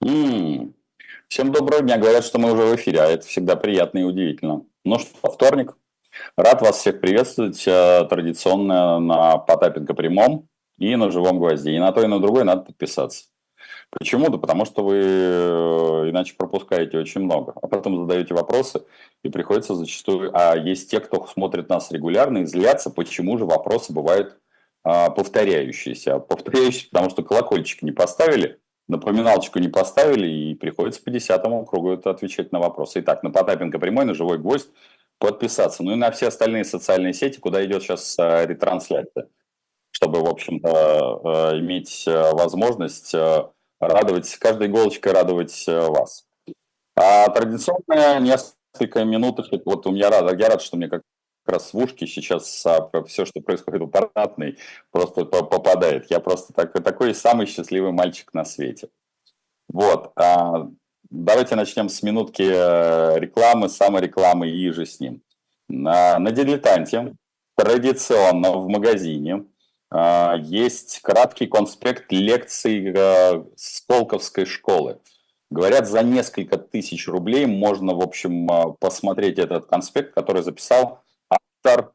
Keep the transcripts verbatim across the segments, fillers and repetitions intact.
М. Всем доброго дня. Говорят, что мы уже в эфире, а это всегда приятно и удивительно. Ну что, вторник. Рад вас всех приветствовать э, традиционно на Потапенко прямом и на живом гвозде. И на то, и на другое надо подписаться. Почему? Да потому что вы э, иначе пропускаете очень много. А потом задаете вопросы, и приходится зачастую... А есть те, кто смотрит нас регулярно и злятся, почему же вопросы бывают а, повторяющиеся. А повторяющиеся, потому что колокольчик не поставили, напоминалочку не поставили, и приходится по десятому кругу это отвечать на вопросы. Итак, на Потапенко прямой, на живой гвоздь подписаться. Ну и на все остальные социальные сети, куда идет сейчас а, ретрансляция, чтобы, в общем-то, э, иметь э, возможность э, радовать, каждой иголочкой радовать э, вас. А традиционно несколько минуточек, вот у меня рад, я рад, что мне как раз в ушки сейчас все, что происходит в аппаратной, просто по- попадает. Я просто так, такой самый счастливый мальчик на свете. Вот. а, Давайте начнем с минутки э, рекламы, саморекламы и же с ним. На, на «Дилетанте» традиционно в магазине а, есть краткий конспект лекций э, Сколковской школы. Говорят, за несколько тысяч рублей можно, в общем, а, посмотреть этот конспект, который записал автор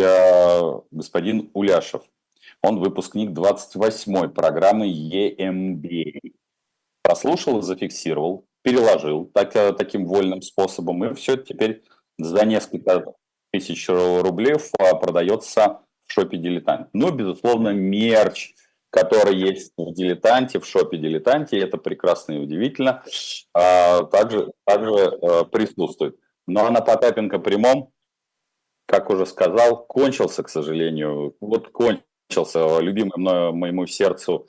э, господин Уляшев. Он выпускник двадцать восьмой программы Е М Б. Прослушал, зафиксировал, переложил так, э, таким вольным способом, и все теперь за несколько тысяч рублей а, продается в шопе «Дилетант». Ну, безусловно, мерч, который есть в «Дилетанте», в шопе «Дилетанте», это прекрасно и удивительно, а, также, также э, присутствует. Ну, а на Потапенко прямом, как уже сказал, кончился, к сожалению, вот кончился любимый мною, моему сердцу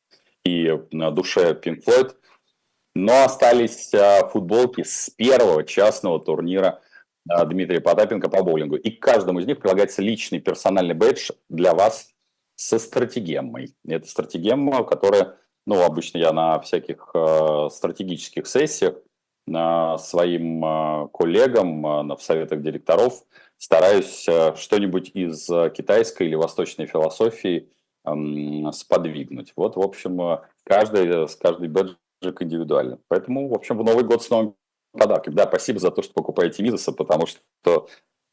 и на душе Pink Floyd, но остались а, футболки с первого частного турнира а, Дмитрия Потапенко по боулингу. И к каждому из них прилагается личный персональный бэдж для вас со стратегеммой. Это стратегемма, которая, ну, обычно я на всяких э, стратегических сессиях э, своим э, коллегам э, на, в советах директоров стараюсь э, что-нибудь из э, китайской или восточной философии э, сподвигнуть. Вот, в общем, э, каждый, с каждый бэдж индивидуально. Поэтому, в общем, в Новый год с новым подарком. Да, спасибо за то, что покупаете Мизеса, потому что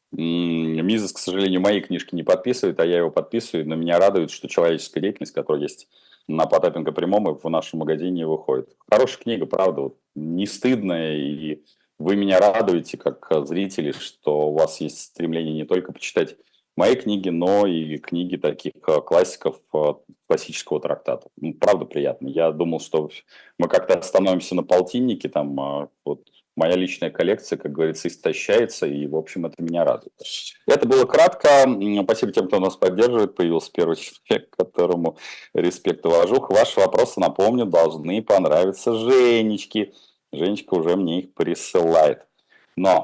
Мизес, к сожалению, мои книжки не подписывает, а я его подписываю. Но меня радует, что человеческая деятельность, которая есть на Потапенко прямом и в нашем магазине выходит. Хорошая книга, правда, вот, не стыдная, и вы меня радуете, как зрители, что у вас есть стремление не только почитать мои книги, но и книги таких классиков классического трактата. Ну, правда, приятно. Я думал, что мы как-то остановимся на полтиннике, там вот моя личная коллекция, как говорится, истощается, и, в общем, это меня радует. Это было кратко. Спасибо тем, кто нас поддерживает. Появился первый человек, которому респект и уважух. Ваши вопросы, напомню, должны понравиться Женечке. Женечка уже мне их присылает. Но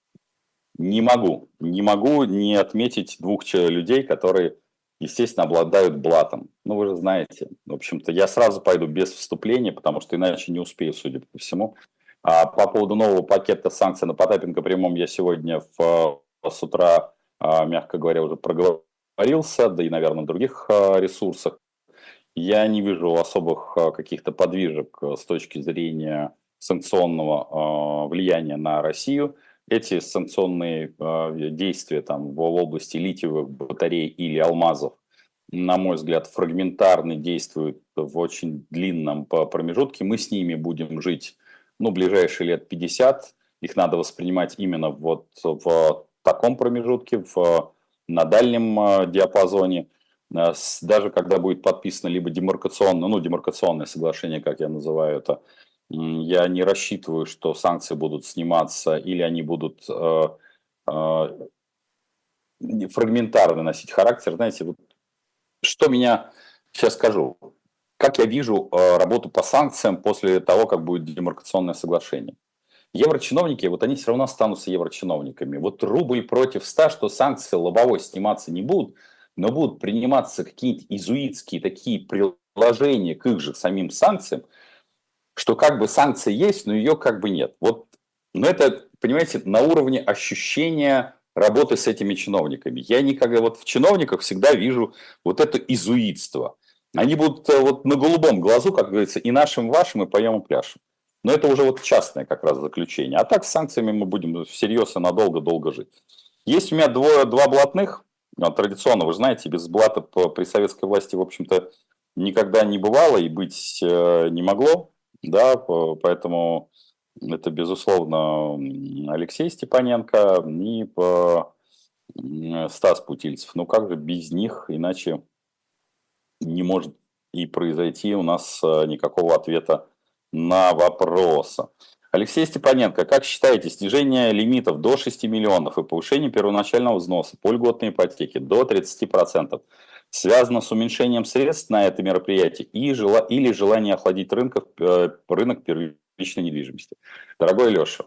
не могу, не могу не отметить двух людей, которые, естественно, обладают блатом. Ну, вы же знаете. В общем-то, я сразу пойду без вступления, потому что иначе не успею, судя по всему. А по поводу нового пакета санкций на Потапенко прямом я сегодня в, с утра, мягко говоря, уже проговорился, да и, наверное, на других ресурсах. Я не вижу особых каких-то подвижек с точки зрения санкционного влияния на Россию. Эти санкционные действия там, в области литиевых батарей или алмазов, на мой взгляд, фрагментарно действуют в очень длинном промежутке. Мы с ними будем жить, ну, ближайшие лет пятьдесят. Их надо воспринимать именно вот в таком промежутке, в, на дальнем диапазоне. Даже когда будет подписано либо демаркационное, ну, демаркационное соглашение, как я называю это, я не рассчитываю, что санкции будут сниматься или они будут э, э, фрагментарно носить характер. Знаете, вот что меня, сейчас скажу, как я вижу э, работу по санкциям после того, как будет демаркационное соглашение. Еврочиновники, вот они все равно останутся еврочиновниками. Вот рубль против ста, что санкции лобовой сниматься не будут, но будут приниматься какие-то изуитские такие приложения к их же самим санкциям, что как бы санкция есть, но ее как бы нет. Вот, но это, понимаете, на уровне ощущения работы с этими чиновниками. Я никогда вот в чиновниках всегда вижу вот это изуитство. Они будут вот на голубом глазу, как говорится, и нашим, и вашим, и поем, и пляшем. Но это уже вот частное как раз заключение. А так с санкциями мы будем всерьез и надолго-долго жить. Есть у меня двое, два блатных. Традиционно, вы знаете, без блата при советской власти, в общем-то, никогда не бывало и быть не могло. Да, поэтому это, безусловно, Алексей Степаненко и Стас Путильцев. Ну как же без них, иначе не может и произойти у нас никакого ответа на вопросы. Алексей Степаненко, как считаете, снижение лимитов до шести миллионов и повышение первоначального взноса по льготной ипотеке до тридцати процентов связано с уменьшением средств на это мероприятие и жела, или желание охладить рынок, рынок первичной недвижимости? Дорогой Леша,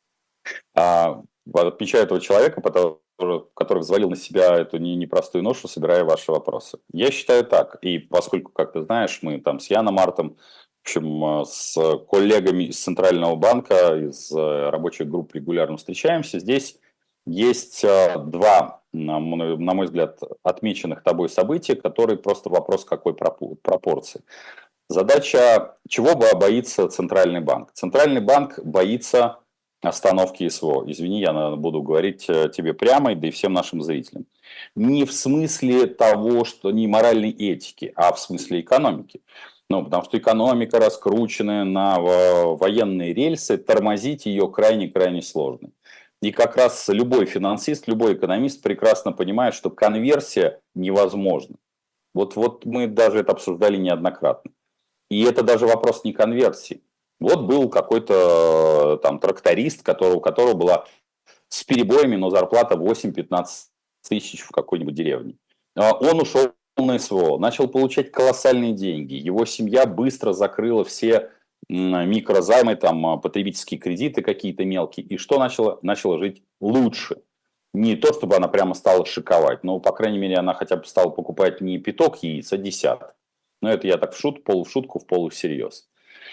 отмечаю этого человека, который взвалил на себя эту непростую ношу, собирая ваши вопросы. Я считаю так, и поскольку, как ты знаешь, мы там с Яном Мартом, в общем, с коллегами из Центрального банка, из рабочих групп регулярно встречаемся, здесь есть два, на мой взгляд, отмеченных тобой события, которые просто вопрос какой пропорции. Задача, чего боится Центральный банк? Центральный банк боится остановки СВО. Извини, я буду говорить тебе прямо, да и всем нашим зрителям. Не в смысле того, что не моральной этики, а в смысле экономики. Ну, потому что экономика, раскрученная на военные рельсы, тормозить ее крайне-крайне сложно. И как раз любой финансист, любой экономист прекрасно понимает, что конверсия невозможна. Вот, вот мы даже это обсуждали неоднократно. И это даже вопрос не конверсии. Вот был какой-то там тракторист, которого, у которого была с перебоями, но зарплата восемь-пятнадцать тысяч в какой-нибудь деревне. Он ушел на СВО, начал получать колоссальные деньги. Его семья быстро закрыла все микрозаймы, там, потребительские кредиты какие-то мелкие. И что начала? Начала жить лучше. Не то, чтобы она прямо стала шиковать, но, по крайней мере, она хотя бы стала покупать не пяток яиц, а десяток. Но это я так в шут, полу в шутку, в полу всерьез.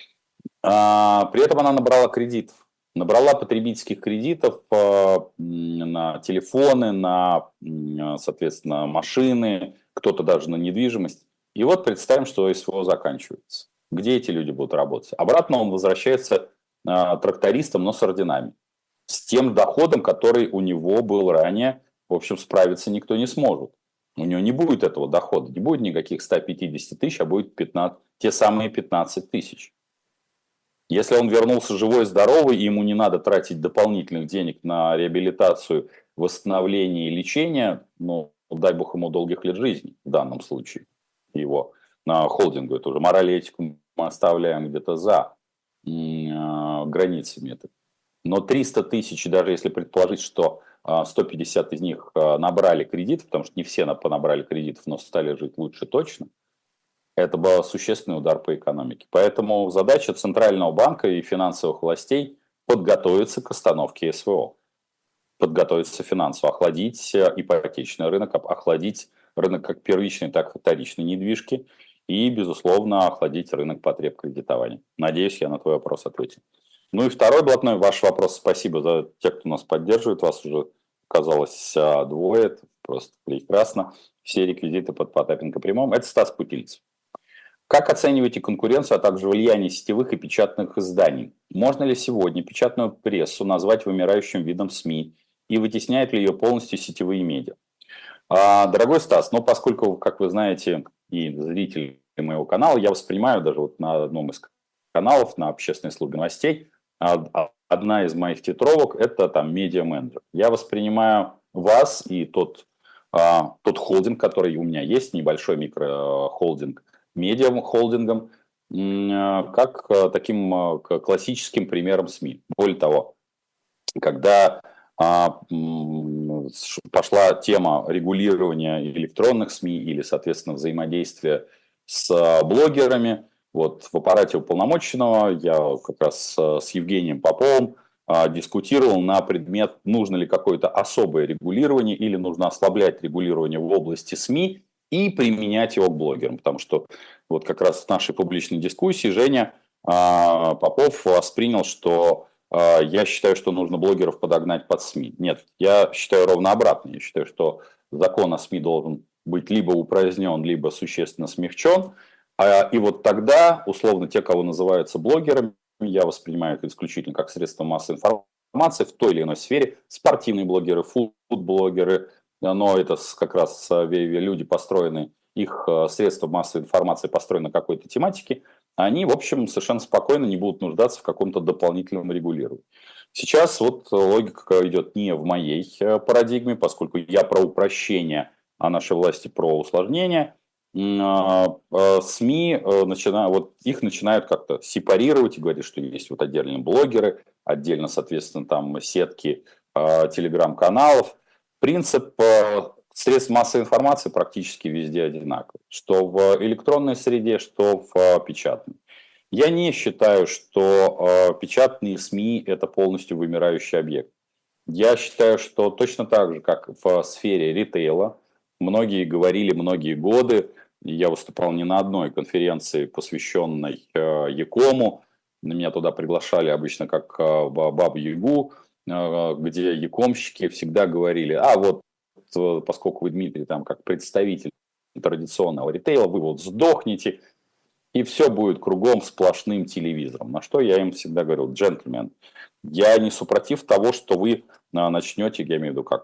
А, при этом она набрала кредитов. Набрала потребительских кредитов на телефоны, на, соответственно, машины, кто-то даже на недвижимость. И вот представим, что СВО заканчивается. Где эти люди будут работать? Обратно он возвращается трактористом, но с орденами. С тем доходом, который у него был ранее. В общем, справиться никто не сможет. У него не будет этого дохода. Не будет никаких ста пятидесяти тысяч, а будет пятнадцать, те самые пятнадцать тысяч. Если он вернулся живой и здоровый, и ему не надо тратить дополнительных денег на реабилитацию, восстановление и лечение, ну, дай бог ему долгих лет жизни в данном случае его на холдингу. Это уже мораль и этику мы оставляем где-то за э, границами. Это. Но триста тысяч, даже если предположить, что э, сто пятьдесят из них э, набрали кредит, потому что не все понабрали кредитов, но стали жить лучше точно, это был существенный удар по экономике. Поэтому задача Центрального банка и финансовых властей подготовиться к остановке СВО. Подготовиться финансово, охладить ипотечный рынок, охладить рынок как первичной, так и вторичной недвижки и, безусловно, охладить рынок потреб кредитования. Надеюсь, я на твой вопрос ответил. Ну и второй блатной ваш вопрос. Спасибо за тех, кто нас поддерживает. Вас уже оказалось двое. Это просто прекрасно. Все реквизиты под Потапенко прямом. Это Стас Путильцев. Как оцениваете конкуренцию, а также влияние сетевых и печатных изданий? Можно ли сегодня печатную прессу назвать вымирающим видом СМИ и вытесняют ли ее полностью сетевые медиа? А, дорогой Стас, ну поскольку, как вы знаете, и зрители моего канала, я воспринимаю даже вот на одном из каналов, на общественной службе новостей, одна из моих титровок – это там медиа-менеджер. Я воспринимаю вас и тот, а, тот холдинг, который у меня есть, небольшой микрохолдинг, медиа-холдингом, как таким классическим примером СМИ. Более того, когда пошла тема регулирования электронных СМИ или, соответственно, взаимодействия с блогерами, вот в аппарате уполномоченного я как раз с Евгением Поповым дискутировал на предмет, нужно ли какое-то особое регулирование или нужно ослаблять регулирование в области СМИ и применять его к блогерам. Потому что вот как раз в нашей публичной дискуссии Женя а, Попов воспринял, что а, я считаю, что нужно блогеров подогнать под СМИ. Нет, я считаю ровно обратно. Я считаю, что закон о СМИ должен быть либо упразднен, либо существенно смягчен. А, и вот тогда, условно, те, кого называются блогерами, я воспринимаю это исключительно как средство массовой информации в той или иной сфере. Спортивные блогеры, фуд-блогеры, но это как раз люди построены, их средства массовой информации построены на какой-то тематике, они, в общем, совершенно спокойно не будут нуждаться в каком-то дополнительном регулировании. Сейчас вот логика идет не в моей парадигме, поскольку я про упрощение, а наши власти про усложнение. СМИ начинают, вот их начинают как-то сепарировать и говорить, что есть вот отдельные блогеры, отдельно, соответственно, там сетки телеграм-каналов. Принцип средств массовой информации практически везде одинаковый, что в электронной среде, что в печатной. Я не считаю, что печатные СМИ – это полностью вымирающий объект. Я считаю, что точно так же, как в сфере ритейла, многие говорили многие годы, я выступал не на одной конференции, посвященной Якому, меня туда приглашали обычно как Бабу-Ягу, где якомщики всегда говорили, а вот поскольку вы, Дмитрий, там как представитель традиционного ритейла, вы вот сдохнете, и все будет кругом сплошным телевизором. На что я им всегда говорил, джентльмен, я не супротив того, что вы начнете, я имею в виду, как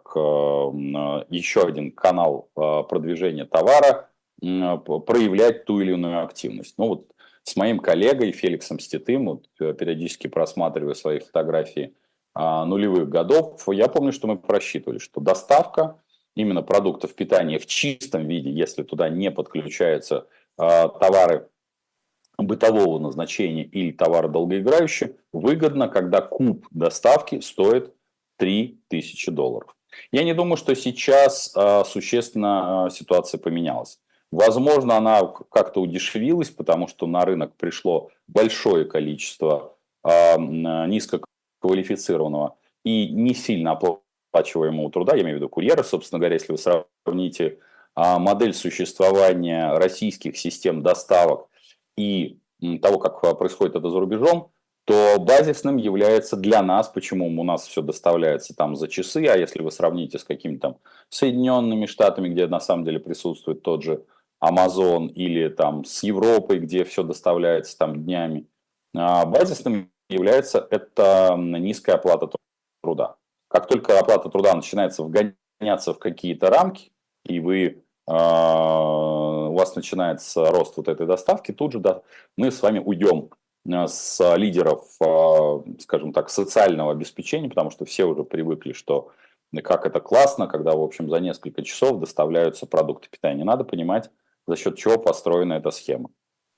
еще один канал продвижения товара, проявлять ту или иную активность. Ну вот с моим коллегой Феликсом Ститым, вот, периодически просматривая свои фотографии нулевых годов, я помню, что мы просчитывали, что доставка именно продуктов питания в чистом виде, если туда не подключаются товары бытового назначения или товары долгоиграющие, выгодно, когда куб доставки стоит три тысячи долларов. Я не думаю, что сейчас а, существенно а, ситуация поменялась. Возможно, она как-то удешевилась, потому что на рынок пришло большое количество а, низкоквалифицированного и не сильно оплачиваемого труда, я имею в виду курьеров, собственно говоря, если вы сравните а, модель существования российских систем доставок и того, как происходит это за рубежом, то базисным является для нас, почему у нас все доставляется там за часы, а если вы сравните с какими-то там Соединенными Штатами, где на самом деле присутствует тот же Amazon, или там с Европой, где все доставляется там днями, базисным является это низкая оплата труда. Как только оплата труда начинается вгоняться в какие-то рамки, и вы у вас начинается рост вот этой доставки, тут же да, мы с вами уйдем с лидеров, скажем так, социального обеспечения, потому что все уже привыкли, что как это классно, когда, в общем, за несколько часов доставляются продукты питания. Надо понимать, за счет чего построена эта схема.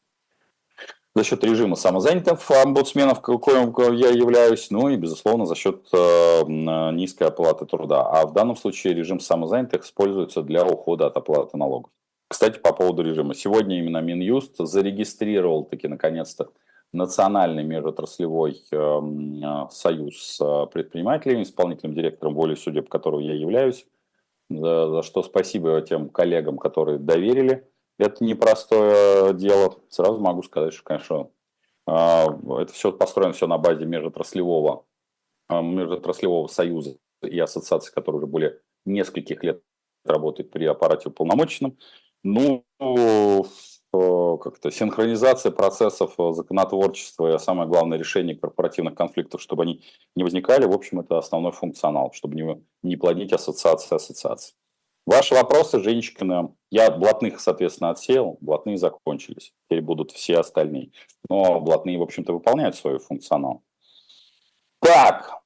За счет режима самозанятых омбудсменов, коим я являюсь, ну и, безусловно, за счет э, низкой оплаты труда. А в данном случае режим самозанятых используется для ухода от оплаты налогов. Кстати, по поводу режима. Сегодня именно Минюст зарегистрировал таки наконец-то национальный межотраслевой э, союз с предпринимателями, исполнительным директором, волей судеб, которого я являюсь, за, за что спасибо тем коллегам, которые доверили. Это непростое дело. Сразу могу сказать, что, конечно, это все построено все на базе межотраслевого, межотраслевого союза и ассоциации, которая уже более нескольких лет работает при аппарате уполномоченном. Ну, как-то синхронизация процессов законотворчества и, самое главное, решение корпоративных конфликтов, чтобы они не возникали, в общем, это основной функционал, чтобы не, не плодить ассоциации ассоциаций. Ваши вопросы, Женечкина, я блатных, соответственно, отсеял, блатные закончились, теперь будут все остальные. Но блатные, в общем-то, выполняют свой функционал. Так.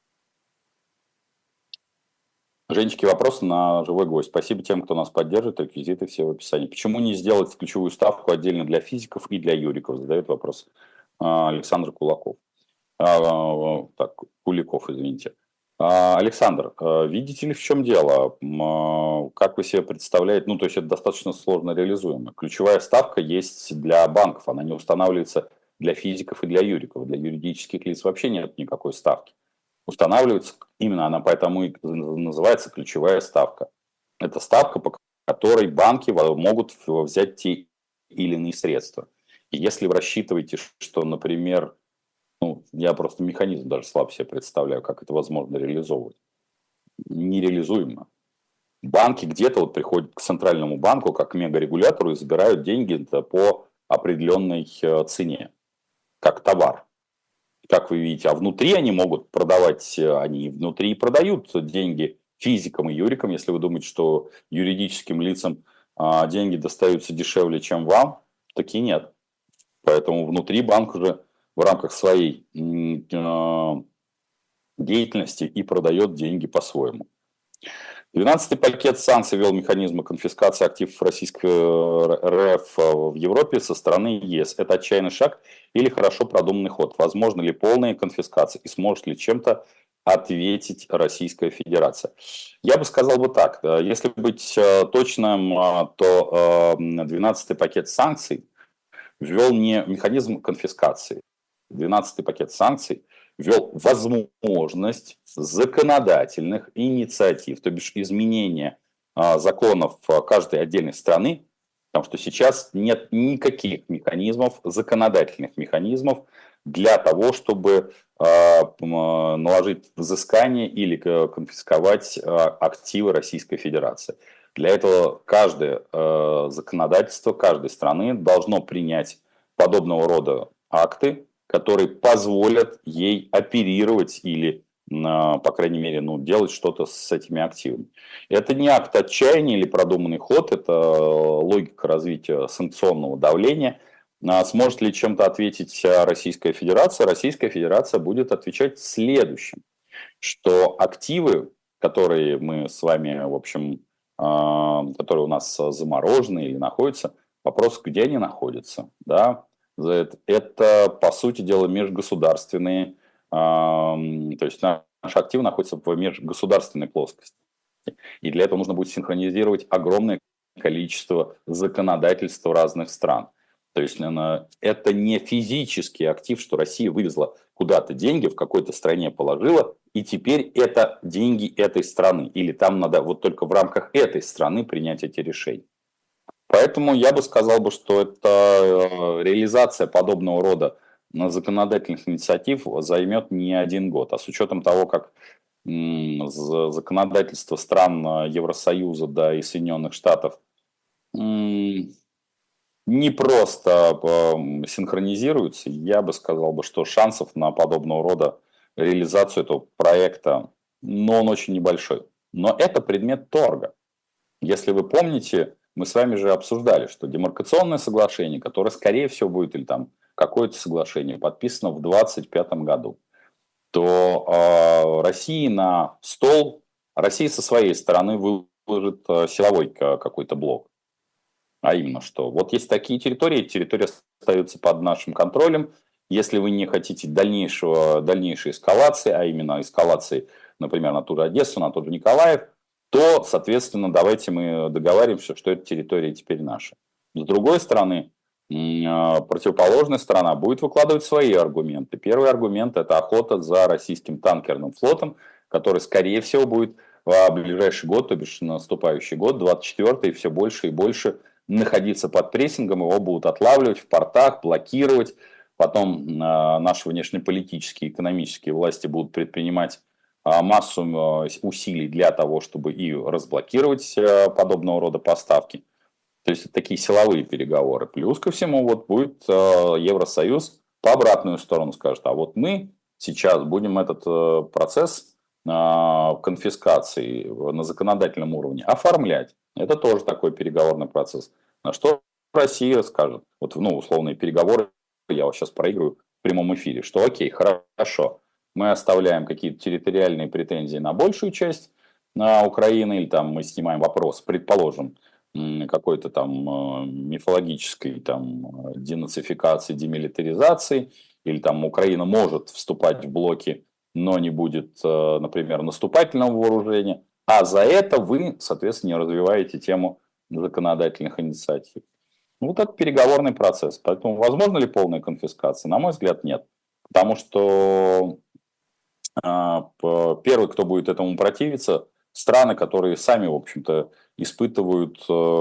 Женечки, вопросы на живой гость. Спасибо тем, кто нас поддерживает, реквизиты все в описании. Почему не сделать ключевую ставку отдельно для физиков и для юриков? Задает вопрос Александр Кулаков. Так, Куликов, извините. Александр, видите ли, в чем дело? Как вы себе представляете? Ну, то есть это достаточно сложно реализуемо. Ключевая ставка есть для банков, она не устанавливается для физиков и для юриков. Для юридических лиц вообще нет никакой ставки. Устанавливается именно она, поэтому и называется ключевая ставка. Это ставка, по которой банки могут взять те или иные средства. И если вы рассчитываете, что, например, ну, я просто механизм даже слабо себе представляю, как это возможно реализовывать. Нереализуемо. Банки где-то вот приходят к центральному банку, как к мегарегулятору, и забирают деньги по определенной цене, как товар. как вы видите, а внутри они могут продавать, они внутри и продают деньги физикам и юрикам, если вы думаете, что юридическим лицам а, деньги достаются дешевле, чем вам, таки нет. Поэтому внутри банк уже в рамках своей э, деятельности и продает деньги по-своему. Двенадцатый пакет санкций ввел механизмы конфискации активов Российской РФ в Европе со стороны ЕС. Это отчаянный шаг или хорошо продуманный ход? Возможно ли полная конфискация и сможет ли чем-то ответить Российская Федерация? Я бы сказал бы так. Если быть точным, то двенадцатый пакет санкций ввел не механизм конфискации. двенадцатый пакет санкций ввел возможность законодательных инициатив, то бишь изменения а, законов каждой отдельной страны, потому что сейчас нет никаких механизмов, законодательных механизмов для того, чтобы а, наложить взыскание или конфисковать а, активы Российской Федерации. Для этого каждое э, законодательство каждой страны должно принять подобного рода акты, которые позволят ей оперировать или, э, по крайней мере, ну, делать что-то с этими активами. Это не акт отчаяния или продуманный ход, это логика развития санкционного давления. А сможет ли чем-то ответить Российская Федерация? Российская Федерация будет отвечать следующим, что активы, которые мы с вами, в общем, которые у нас заморожены или находятся, вопрос, где они находятся. Да? Это, по сути дела, межгосударственные, то есть наши активы находятся в межгосударственной плоскости. И для этого нужно будет синхронизировать огромное количество законодательства разных стран. То есть это не физический актив, что Россия вывезла куда-то деньги, в какой-то стране положила, и теперь это деньги этой страны. Или там надо вот только в рамках этой страны принять эти решения. Поэтому я бы сказал, бы, что это реализация подобного рода законодательных инициатив займет не один год. А с учетом того, как законодательство стран Евросоюза, да, и Соединенных Штатов не просто синхронизируются, я бы сказал, бы, что шансов на подобного рода реализацию этого проекта, но он очень небольшой. Но это предмет торга. Если вы помните, мы с вами же обсуждали, что демаркационное соглашение, которое, скорее всего, будет, или там какое-то соглашение, подписано в две тысячи двадцать пятом году, то э, России на стол, Россия со своей стороны выложит э, силовой какой-то блок. А именно, что вот есть такие территории, территория остается под нашим контролем. Если вы не хотите дальнейшего, дальнейшей эскалации, а именно эскалации, например, на ту же Одессу, на тот же Николаев, то, соответственно, давайте мы договариваемся, что эта территория теперь наша. С другой стороны, противоположная сторона будет выкладывать свои аргументы. Первый аргумент – это охота за российским танкерным флотом, который, скорее всего, будет в ближайший год, то бишь наступающий год, двадцать четвёртый, все больше и больше находиться под прессингом, его будут отлавливать в портах, блокировать. Потом э, наши внешнеполитические, экономические власти будут предпринимать э, массу э, усилий для того, чтобы и разблокировать э, подобного рода поставки. То есть, это такие силовые переговоры. Плюс ко всему, вот будет э, Евросоюз по обратную сторону скажет, а вот мы сейчас будем этот э, процесс э, конфискации на законодательном уровне оформлять. Это тоже такой переговорный процесс. На что Россия скажет, вот, ну, условные переговоры, я вот сейчас проигрываю в прямом эфире, что окей, хорошо, мы оставляем какие-то территориальные претензии на большую часть на Украины, или там мы снимаем вопрос, предположим, какой-то там мифологической там денацификации, демилитаризации, или там Украина может вступать в блоки, но не будет, например, наступательного вооружения, а за это вы, соответственно, не развиваете тему законодательных инициатив. Вот это переговорный процесс. Поэтому возможно ли полная конфискация? На мой взгляд, нет. Потому что первый, кто будет этому противиться, страны, которые сами, в общем-то, испытывают,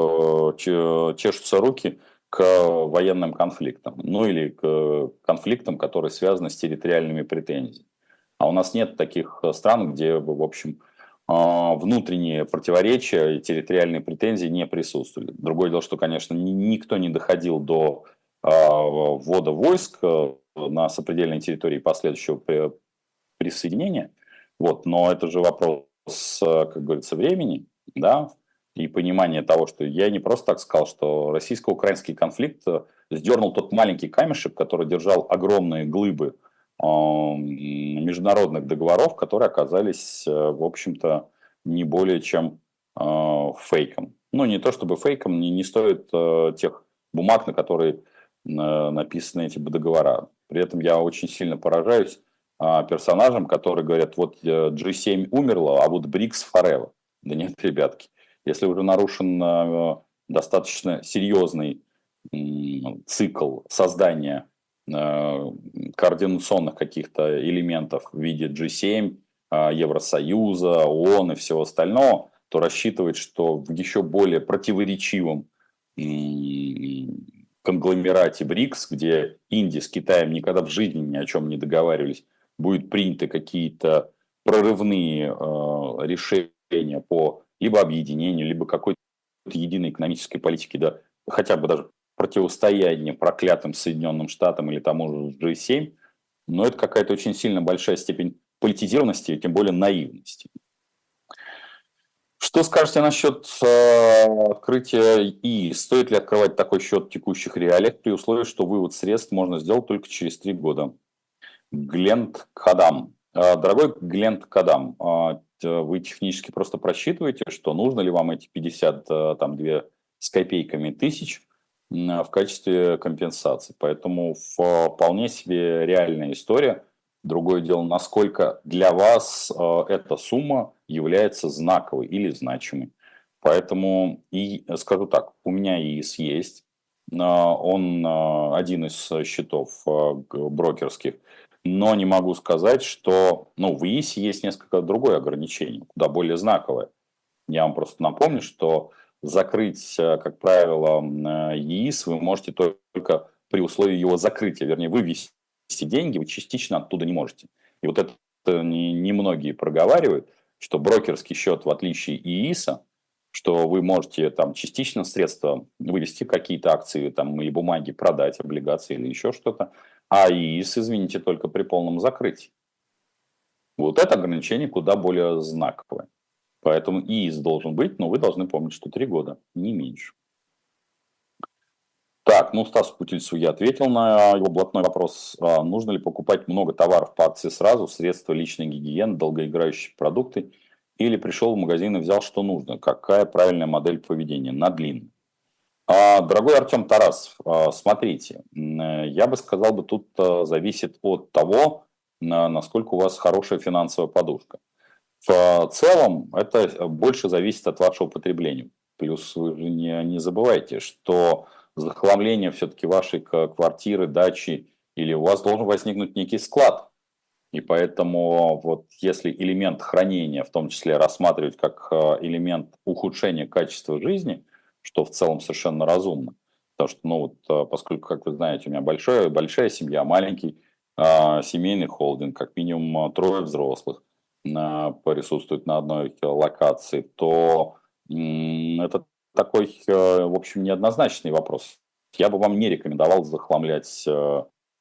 чешутся руки к военным конфликтам. Ну или к конфликтам, которые связаны с территориальными претензиями. А у нас нет таких стран, где, в общем, внутренние противоречия и территориальные претензии не присутствовали. Другое дело, что, конечно, никто не доходил до ввода войск на сопредельной территории последующего при- присоединения. Вот, но это же вопрос, как говорится, времени, да, и понимания того, что я не просто так сказал, что российско-украинский конфликт сдернул тот маленький камешек, который держал огромные глыбы э, международных договоров, которые оказались, э, в общем-то, не более чем э, фейком. Ну, не то чтобы фейком, не, не стоит э, тех бумаг, на которые э, написаны эти договора. При этом я очень сильно поражаюсь э, персонажам, которые говорят, вот э, джи семь умерло, а вот брикс forever. Да нет, ребятки. Если уже нарушен э, достаточно серьезный э, цикл создания э, координационных каких-то элементов в виде джи семь, э, Евросоюза, ООН и всего остального, то рассчитывать, что в еще более противоречивом э, конгломерате брикс, где Индия с Китаем никогда в жизни ни о чем не договаривались, будут приняты какие-то прорывные э, решения по либо объединению, либо какой-то единой экономической политики, да, хотя бы даже противостояние проклятым Соединенным Штатам или тому же джи семь, но это какая-то очень сильно большая степень политизированности и тем более наивности. Что скажете насчет э, открытия ИИ? Стоит ли открывать такой счет в текущих реалиях при условии, что вывод средств можно сделать только через три года? Глент Кадам. Э, Дорогой Глент Кадам, э, вы технически просто просчитываете, что нужно ли вам эти пятьдесят э, там, две с копейками тысяч м, в качестве компенсации. Поэтому вполне себе реальная история. Другое дело, насколько для вас э, эта сумма является знаковой или значимой. Поэтому и скажу так, у меня ИИС есть, э, он э, один из счетов э, брокерских, но не могу сказать, что ну, в ИИСе есть несколько другое ограничение, куда более знаковое. Я вам просто напомню, что закрыть, э, как правило, э, ИИС вы можете только при условии его закрытия, вернее, вывести деньги, вы частично оттуда не можете. И вот это не, не многие проговаривают, что брокерский счет, в отличие ИИСа, что вы можете там частично средства вывести, какие-то акции там, или бумаги продать, облигации или еще что-то, а ИИС, извините, только при полном закрытии. Вот это ограничение куда более знаковое. Поэтому ИИС должен быть, но вы должны помнить, что три года, не меньше. Так, ну Стасу Путильцу я ответил на его блатной вопрос. А, нужно ли покупать много товаров по акции сразу, средства личной гигиены, долгоиграющие продукты, или пришел в магазин и взял, что нужно? Какая правильная модель поведения на длинную? А, дорогой Артем Тарасов, а, смотрите, м, я бы сказал, бы тут а, зависит от того, на- насколько у вас хорошая финансовая подушка. В целом это больше зависит от вашего потребления. Плюс вы же не, не забывайте, что захламление все-таки вашей к- квартиры, дачи или у вас должен возникнуть некий склад. И поэтому вот если элемент хранения в том числе рассматривать как э, элемент ухудшения качества жизни, что в целом совершенно разумно, потому что, ну вот, э, поскольку, как вы знаете, у меня большая, большая семья, маленький э, семейный холдинг, как минимум э, трое взрослых э, присутствуют на одной локации, то м, это такой, э, в общем, неоднозначный вопрос. Я бы вам не рекомендовал захламлять э,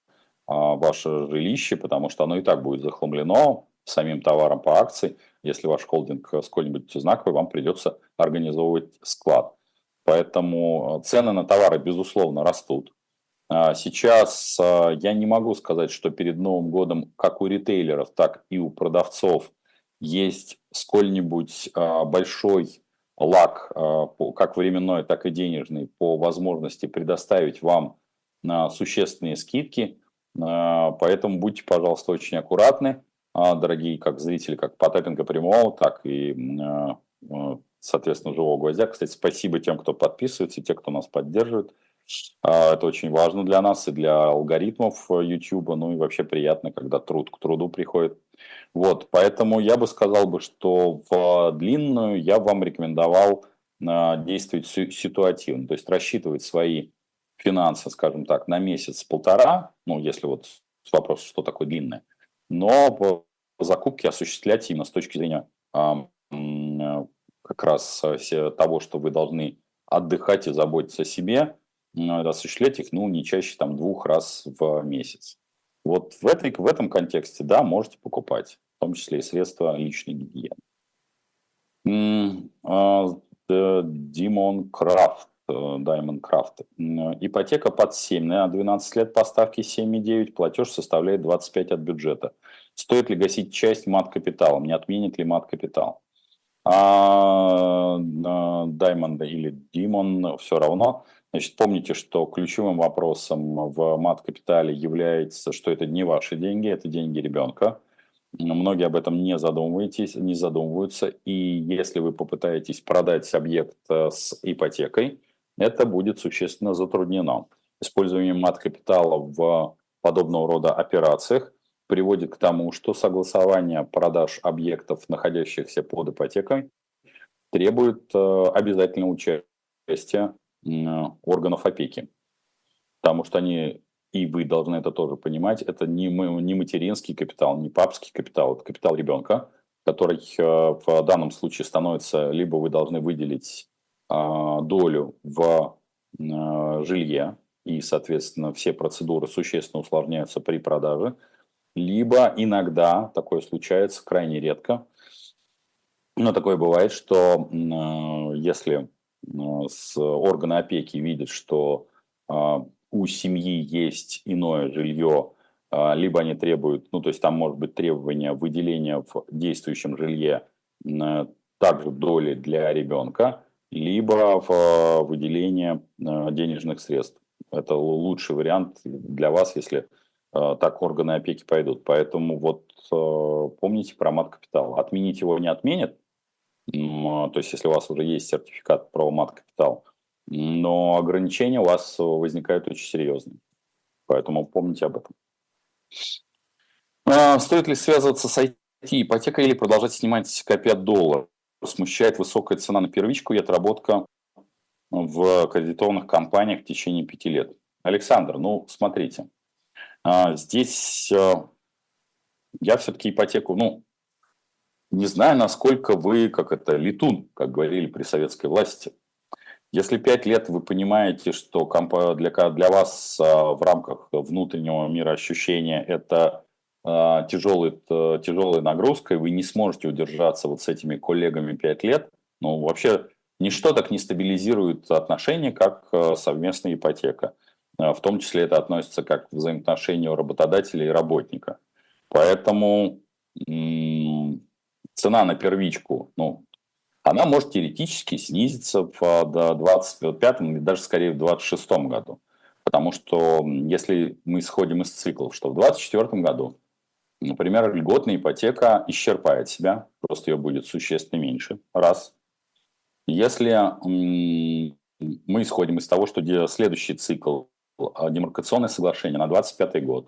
а, ваше жилище, потому что оно и так будет захламлено самим товаром по акции. Если ваш холдинг сколь-нибудь знаковый, вам придется организовывать склад. Поэтому цены на товары, безусловно, растут. А, Сейчас а, я не могу сказать, что перед Новым годом как у ритейлеров, так и у продавцов есть сколь-нибудь а, большой лак, а, по- как временной, так и денежный, по возможности предоставить вам а, существенные скидки. А, Поэтому будьте, пожалуйста, очень аккуратны, а, дорогие как зрители, как Потапенко прямого, так и, м, а, а, соответственно, живого гвоздя. Кстати, спасибо тем, кто подписывается, и те, кто нас поддерживает. А, Это очень важно для нас и для алгоритмов YouTube. Ну и вообще приятно, когда труд к труду приходит. Вот, поэтому я бы сказал бы, что в длинную я бы вам рекомендовал а, действовать си- ситуативно, то есть рассчитывать свои финансы, скажем так, на месяц-полтора, ну, если вот вопрос, что такое длинное, но по закупке осуществлять именно с точки зрения а, м, э, как раз э, се- того, что вы должны отдыхать и заботиться о себе, м, осуществлять их, ну, не чаще там двух раз в месяц. Вот в, этой, в этом контексте, да, можете покупать, в том числе и средства личной гигиены. М, а, э, Димон Крафт, э, Diamond Крафт. М, Ипотека под семь на двенадцать лет по ставке семь и девять, платеж составляет двадцать пять от бюджета. Стоит ли гасить часть мат-капиталом? Не отменит ли мат-капитал? А, а, Diamond или Demon, все равно. Значит, помните, что ключевым вопросом в мат-капитале является, что это не ваши деньги, это деньги ребенка. Многие об этом не задумываетесь, не задумываются. И если вы попытаетесь продать объект э, с ипотекой, это будет существенно затруднено. Использование мат-капитала в подобного рода операциях приводит к тому, что согласование продаж объектов, находящихся под ипотекой, требует э, обязательного участия э, органов опеки. Потому что они, и вы должны это тоже понимать, это не, мы- не материнский капитал, не папский капитал, это капитал ребенка, который э, в данном случае становится, либо вы должны выделить э, долю в э, жилье, и, соответственно, все процедуры существенно усложняются при продаже, либо иногда, такое случается крайне редко, но такое бывает, что м, э, если э, с органы опеки видят, что а, у семьи есть иное жилье, а, либо они требуют, ну, то есть там может быть требование выделения в действующем жилье м, э, также доли для ребенка, либо в э, выделение э, денежных средств. Это лучший вариант для вас, если э, так органы опеки пойдут. Поэтому вот э, помните про мат-капитал. Отменить его не отменят, М, а, то есть, если у вас уже есть сертификат про мат-капитал, но ограничения у вас возникают очень серьезные. Поэтому помните об этом. А, стоит ли связываться с ай ти-ипотекой или продолжать снимать копия доллар? Смущает высокая цена на первичку и отработка в кредитованных компаниях в течение пяти лет. Александр, ну, смотрите, а, здесь а, я все-таки ипотеку, ну, не знаю, насколько вы, как это, летун, как говорили при советской власти. Если пять лет вы понимаете, что компа- для, ка- для вас а, в рамках внутреннего мироощущения это а, тяжелый, т- тяжелая нагрузка, и вы не сможете удержаться вот с этими коллегами пять лет, ну, вообще ничто так не стабилизирует отношения, как а, совместная ипотека. А, В том числе это относится как к взаимоотношению работодателя и работника. Поэтому м, цена на первичку, ну, она может теоретически снизиться в а, до двадцать пятом или даже скорее в двадцать шестом году. Потому что если мы исходим из циклов, что в двадцать четвертом году, например, льготная ипотека исчерпает себя, просто ее будет существенно меньше, раз. Если м, мы исходим из того, что де- следующий цикл а, демаркационное соглашение на двадцать пятый год,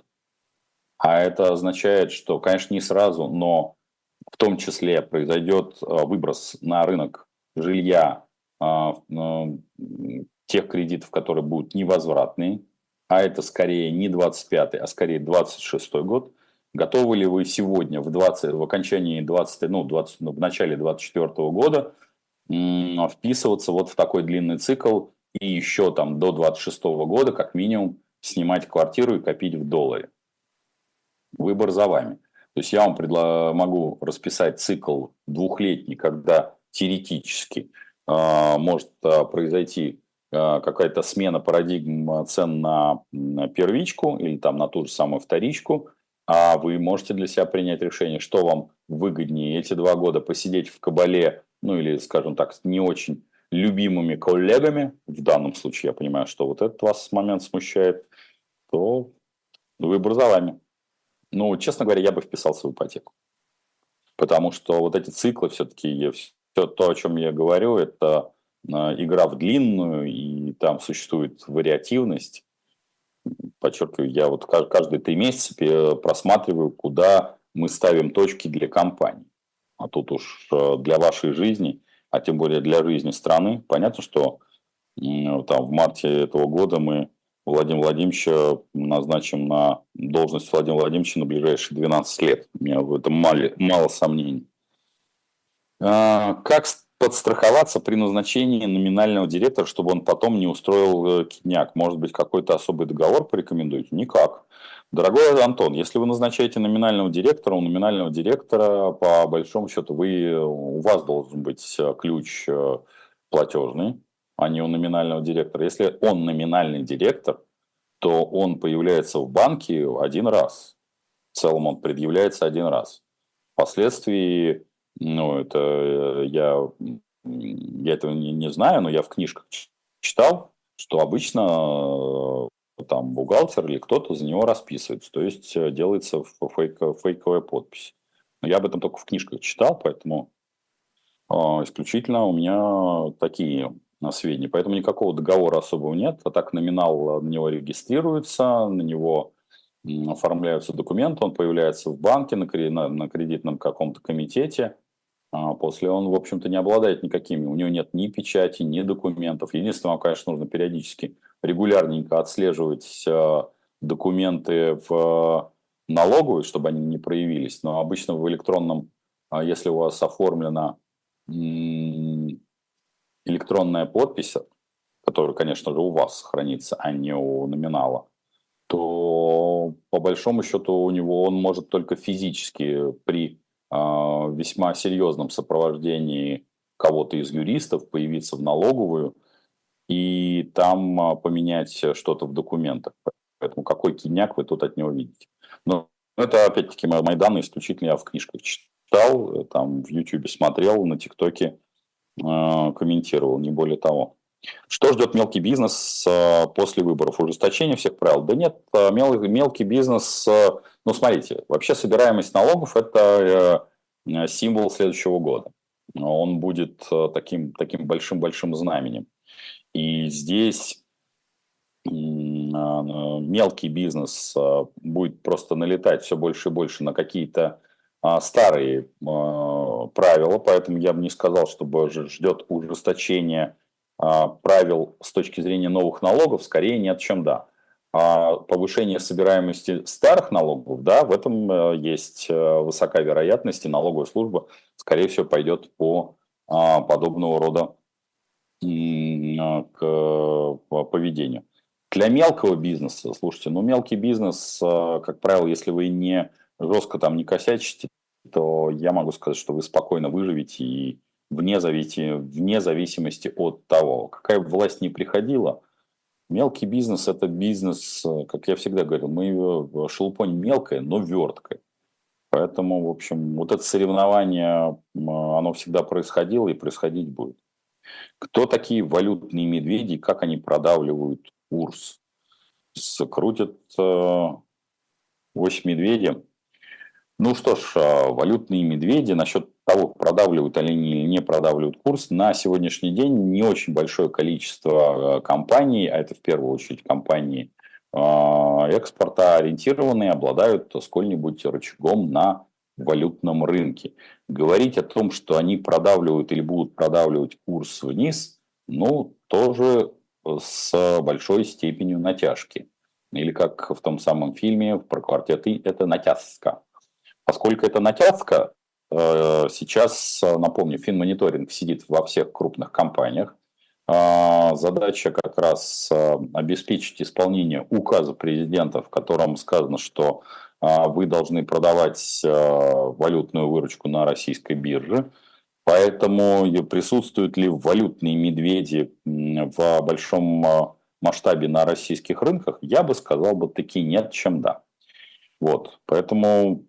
а это означает, что, конечно, не сразу, но в том числе произойдет а, выброс на рынок жилья а, м, тех кредитов, которые будут невозвратные, а это скорее не двадцать пятый, а скорее двадцать шестой год. Готовы ли вы сегодня в, двадцать, в окончании двадцать, ну, двадцать, ну, в начале двадцать четвертого года м, вписываться вот в такой длинный цикл и еще там до двадцать шестого года как минимум снимать квартиру и копить в долларе? Выбор за вами. То есть я вам предла- могу расписать цикл двухлетний, когда теоретически а, может а, произойти а, какая-то смена парадигм а, цен на, на первичку или там на ту же самую вторичку, а вы можете для себя принять решение, что вам выгоднее эти два года посидеть в кабале, ну или, скажем так, с не очень любимыми коллегами, в данном случае я понимаю, что вот этот вас момент смущает, то выбор за вами. Ну, честно говоря, я бы вписался в ипотеку. Потому что вот эти циклы все-таки, все то, о чем я говорю, это а, игра в длинную, и там существует вариативность. Подчеркиваю, я вот ка- каждые три месяца пе- просматриваю, куда мы ставим точки для компаний. А тут уж э, для вашей жизни, а тем более для жизни страны, понятно, что м, там в марте этого года мы Владимира Владимировича назначим на должность Владимира Владимировича на ближайшие двенадцать лет. У меня в этом мало, мало сомнений. А, Как с- подстраховаться при назначении номинального директора, чтобы он потом не устроил э, кидняк? Может быть, какой-то особый договор порекомендуете? Никак. Дорогой Антон, если вы назначаете номинального директора, у номинального директора, по большому счету, вы, у вас должен быть э, ключ э, платежный, а не у номинального директора. Если он номинальный директор, то он появляется в банке один раз. В целом он предъявляется один раз. Впоследствии, ну, это э, я, м, я этого не, не знаю, но я в книжках ч- читал, что обычно э, там бухгалтер или кто-то за него расписывается, то есть э, делается ф- фейко- фейковая подпись. Но я об этом только в книжках читал, поэтому э, исключительно у меня такие э, сведения. Поэтому никакого договора особого нет, а так номинал на него регистрируется, на него м, оформляются документы, он появляется в банке, на, кре- на, на кредитном каком-то комитете. А после он, в общем-то, не обладает никакими. У него нет ни печати, ни документов. Единственное, вам, конечно, нужно периодически регулярненько отслеживать э, документы в налоговой, чтобы они не проявились. Но обычно в электронном, а если у вас оформлена м, электронная подпись, которая, конечно же, у вас хранится, а не у номинала, то по большому счету у него он может только физически при а, весьма серьезном сопровождении кого-то из юристов появиться в налоговую и там а, поменять что-то в документах. Поэтому какой кидняк вы тут от него видите? Но это, опять-таки, мои, мои данные исключительно я в книжках читал, там в Ютубе смотрел, на ТикТоке э, комментировал, не более того. Что ждет мелкий бизнес э, после выборов? Ужесточение всех правил? Да нет, э, мел- мелкий бизнес, э, ну смотрите, вообще собираемость налогов – это э, э, символ следующего года. Он будет э, таким, таким большим-большим знаменем. И здесь м, а, мелкий бизнес а, будет просто налетать все больше и больше на какие-то а, старые а, правила, поэтому я бы не сказал, чтобы ж- ждет ужесточение а, правил с точки зрения новых налогов, скорее нет, чем да. А повышение собираемости старых налогов, да, в этом э, есть э, высокая вероятность, и налоговая служба, скорее всего, пойдет по а, подобного рода м, а, к э, поведению. Для мелкого бизнеса, слушайте, ну мелкий бизнес, а, как правило, если вы не жестко там не косячите, то я могу сказать, что вы спокойно выживете и вне, зависимости, вне зависимости от того, какая бы власть ни приходила, мелкий бизнес – это бизнес, э, как я всегда говорил, мы его шелупонь мелкое, но верткое. Поэтому, в общем, вот это соревнование, м, оно всегда происходило и происходить будет. Кто такие валютные медведи, как они продавливают курс? Крутят э, восемь медведей. Ну что ж, э, валютные медведи, насчет того, продавливают они или не продавливают курс, на сегодняшний день не очень большое количество э, компаний, а это в первую очередь компании э, экспорта ориентированные, обладают сколь-нибудь рычагом на валютном рынке. Говорить о том, что они продавливают или будут продавливать курс вниз, ну, тоже с большой степенью натяжки. Или как в том самом фильме про квартет И, это натяжка. Поскольку это натяжка, э, сейчас, э, напомню, финмониторинг сидит во всех крупных компаниях. А, Задача как раз э, обеспечить исполнение указа президента, в котором сказано, что а, вы должны продавать э, валютную выручку на российской бирже. Поэтому и присутствуют ли валютные медведи м, в большом э, масштабе на российских рынках, я бы сказал бы таки нет, чем да. Вот. Поэтому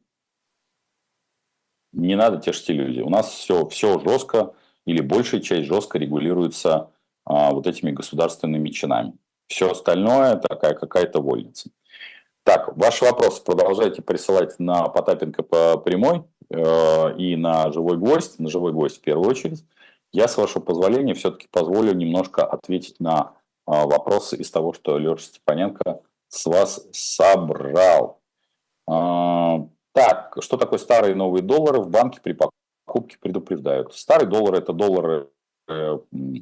не надо тешить иллюзии. У нас все, все жестко или большая часть жестко регулируется а, вот этими государственными чинами. Все остальное такая какая-то вольница. Так, ваши вопросы продолжайте присылать на Потапенко по прямой э, и на живой гвоздь, на живой гвоздь в первую очередь. Я, с вашего позволения, все-таки позволю немножко ответить на э, вопросы из того, что Леша Степаненко с вас собрал. А, так, что такое старые и новые доллары? В банке при покупке предупреждают. Старый доллар – это доллары, э,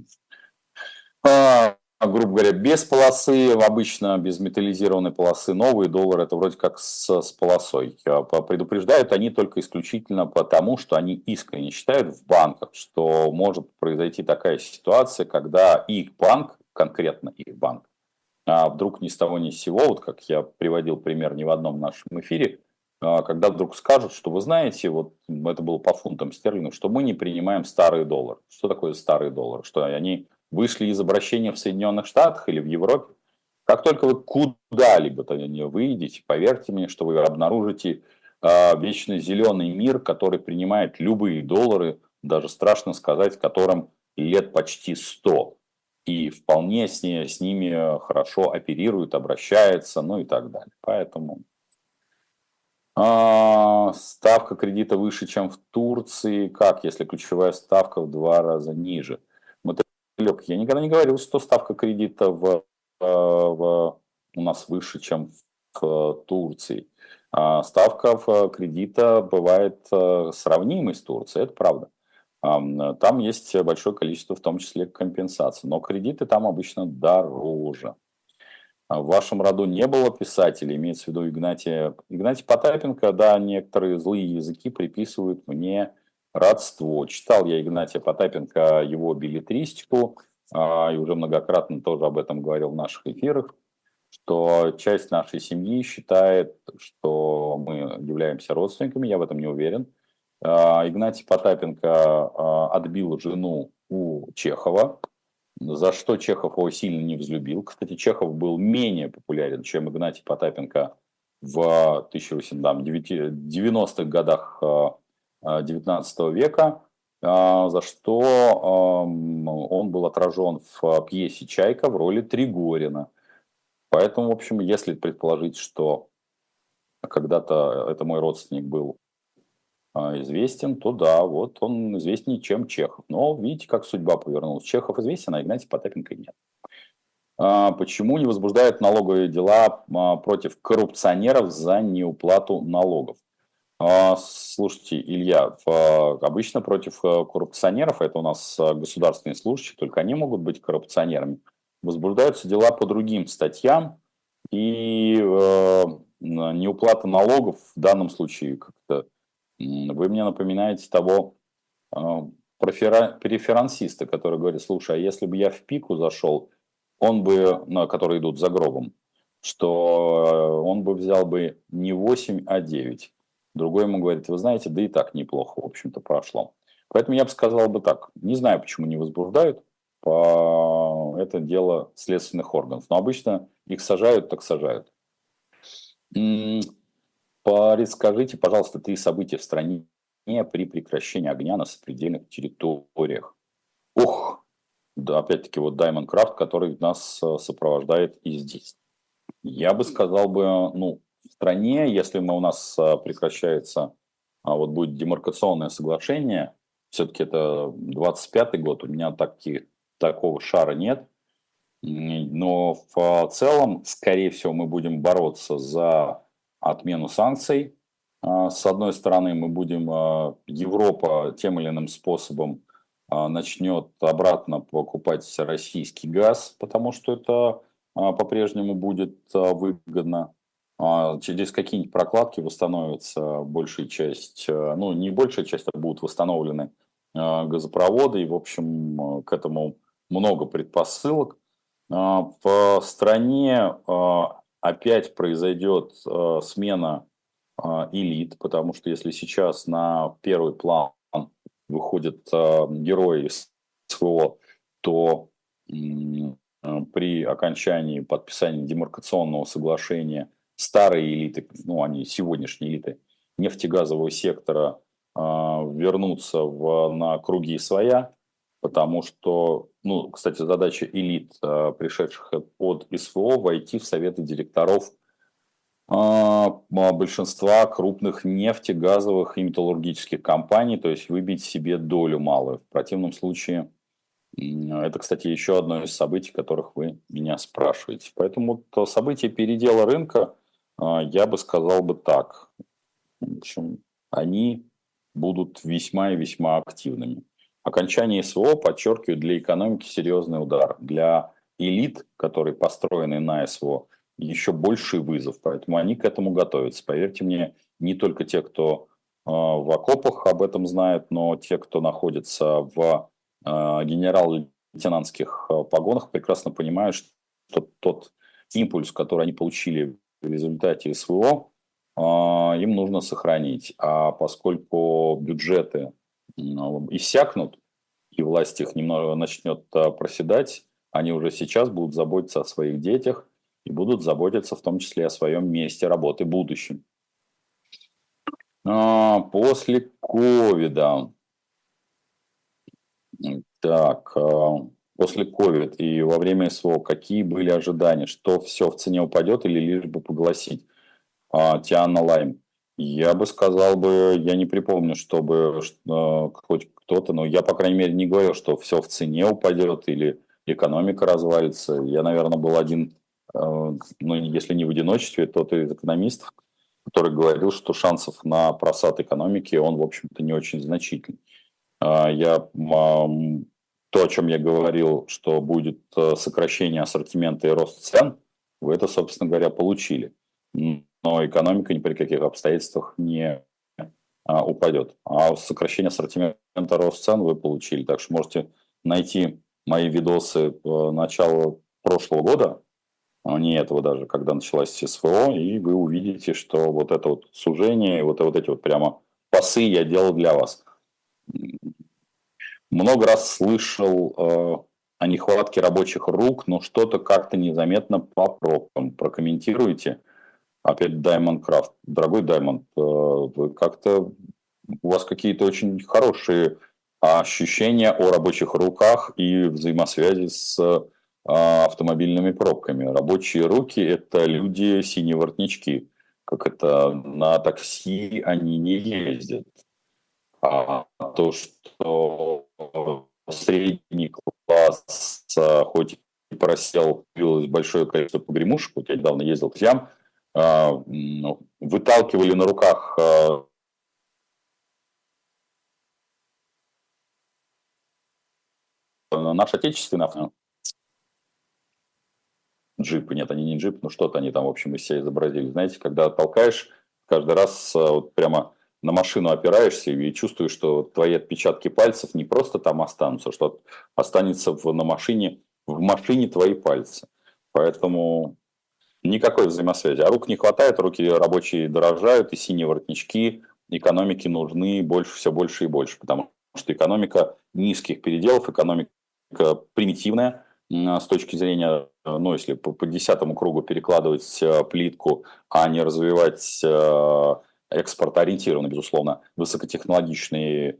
а, грубо говоря, без полосы, обычно без металлизированной полосы. Новые доллары – это вроде как с, с полосой. А, предупреждают они только исключительно потому, что они искренне считают в банках, что может произойти такая ситуация, когда их банк, конкретно их банк, а вдруг ни с того ни с сего, вот как я приводил пример не в одном нашем эфире, а, когда вдруг скажут, что вы знаете, вот это было по фунтам стерлингов, что мы не принимаем старые доллары. Что такое старые доллары? Что они вышли из обращения в Соединенных Штатах или в Европе? Как только вы куда-либо то не выйдете, поверьте мне, что вы обнаружите а, вечно зеленый мир, который принимает любые доллары, даже страшно сказать, которым лет почти сто. И вполне с, не, с ними хорошо оперирует, обращается, ну и так далее. Поэтому а, ставка кредита выше, чем в Турции. Как, если ключевая ставка в два раза ниже? Мотылек, я никогда не говорил, что ставка кредита в, э, в, у нас выше, чем в Турции. А ставка в кредита бывает э, сравнимой с Турцией, это правда. Ам, Там есть большое количество, в том числе, компенсаций, но кредиты там обычно дороже. А в вашем роду не было писателей, имеется в виду Игнатия, Игнатий Потапенко, да, некоторые злые языки приписывают мне родство. Читал я Игнатия Потапенко, его беллетристику, а, и уже многократно тоже об этом говорил в наших эфирах, что часть нашей семьи считает, что мы являемся родственниками, я в этом не уверен. А, Игнатий Потапенко а, отбил жену у Чехова, за что Чехов его сильно не взлюбил. Кстати, Чехов был менее популярен, чем Игнатий Потапенко в девяностых годах девятнадцатого века, за что он был отражен в пьесе «Чайка» в роли Тригорина. Поэтому, в общем, если предположить, что когда-то это мой родственник был известен, то да, вот он известнее, чем Чехов. Но видите, как судьба повернулась. Чехов известен, а Игнатий Потапенко нет. А почему не возбуждают налоговые дела против коррупционеров за неуплату налогов? А, Слушайте, Илья, обычно против коррупционеров, это у нас государственные служащие, только они могут быть коррупционерами, возбуждаются дела по другим статьям, и э, неуплата налогов в данном случае как-то вы мне напоминаете того э, преферансиста, который говорит, слушай, а если бы я в пику зашел, он бы, на которые идут за гробом, что он бы взял бы не восемь, а девять. Другой ему говорит, вы знаете, да и так неплохо, в общем-то, прошло. Поэтому я бы сказал бы так, не знаю, почему не возбуждают, по... это дело следственных органов. Но обычно их сажают, так сажают. Расскажите, пожалуйста, три события в стране при прекращении огня на сопредельных территориях. Ух, да, опять-таки, вот Diamond Craft, который нас сопровождает и здесь. Я бы сказал бы, ну, в стране, если мы, у нас прекращается, вот будет демаркационное соглашение, все-таки это двадцать пятый год, у меня таки, такого шара нет, но в целом, скорее всего, мы будем бороться за отмену санкций. С одной стороны, мы будем, Европа тем или иным способом начнет обратно покупать российский газ, потому что это по-прежнему будет выгодно. Через какие-нибудь прокладки восстановится большая часть, ну не большая часть, а будут восстановлены газопроводы, и в общем к этому много предпосылок. В стране опять произойдет смена элит, потому что если сейчас на первый план выходят герои СВО, то при окончании подписания демаркационного соглашения старые элиты, ну они сегодняшние элиты нефтегазового сектора вернутся в, на круги своя, потому что, ну, кстати, задача элит, пришедших от СВО, войти в советы директоров большинства крупных нефтегазовых и металлургических компаний, то есть выбить себе долю малую. В противном случае, это, кстати, еще одно из событий, которых вы меня спрашиваете. Поэтому то событие передела рынка, я бы сказал бы так. В общем, они будут весьма и весьма активными. Окончание СВО, подчеркиваю, для экономики серьезный удар. Для элит, которые построены на СВО, еще больший вызов. Поэтому они к этому готовятся. Поверьте мне, не только те, кто э, в окопах об этом знает, но те, кто находится в э, генерал-лейтенантских э, погонах, прекрасно понимают, что тот импульс, который они получили в результате СВО, им нужно сохранить. А поскольку бюджеты иссякнут, и власть их немного начнет проседать, они уже сейчас будут заботиться о своих детях и будут заботиться в том числе о своем месте работы будущем. После ковида, так, после ковида и во время СВО, какие были ожидания, что все в цене упадет или лишь бы погласить? Тиана Лайм. Я бы сказал бы, я не припомню, чтобы э, хоть кто-то, но я, по крайней мере, не говорил, что все в цене упадет или экономика развалится. Я, наверное, был один, э, ну, если не в одиночестве, то из экономистов, который говорил, что шансов на просад экономики, он, в общем-то, не очень значительный. Э, я, э, то, о чем я говорил, что будет сокращение ассортимента и рост цен, вы это, собственно говоря, получили. Но экономика ни при каких обстоятельствах не а, упадет. А сокращение ассортимента, рост цен вы получили. Так что можете найти мои видосы начала прошлого года, а не этого даже, когда началась СВО, и вы увидите, что вот это вот сужение, вот, вот эти вот прямо пасы я делал для вас. Много раз слышал э, о нехватке рабочих рук, но что-то как-то незаметно по пробкам. Прокомментируйте. Опять Diamond Craft. Дорогой Diamond, вы как-то, у вас какие-то очень хорошие ощущения о рабочих руках и взаимосвязи с автомобильными пробками. Рабочие руки – это люди синие воротнички. Как это на такси они не ездят. А то, что средний класс, хоть и просел, появилось большое количество погремушек, вот я недавно ездил к друзьям, выталкивали на руках наш отечественный джипы, нет, они не джип, но что-то они там, в общем, из себя изобразили. Знаете, когда толкаешь, каждый раз вот прямо на машину опираешься и чувствуешь, что твои отпечатки пальцев не просто там останутся, что останется в, на машине, в машине твои пальцы. Поэтому никакой взаимосвязи. А рук не хватает, руки рабочие дорожают, и синие воротнички экономики нужны больше, все больше и больше, потому что экономика низких переделов, экономика примитивная с точки зрения, ну, если по, по десятому кругу перекладывать плитку, а не развивать экспортоориентированно, безусловно, высокотехнологичные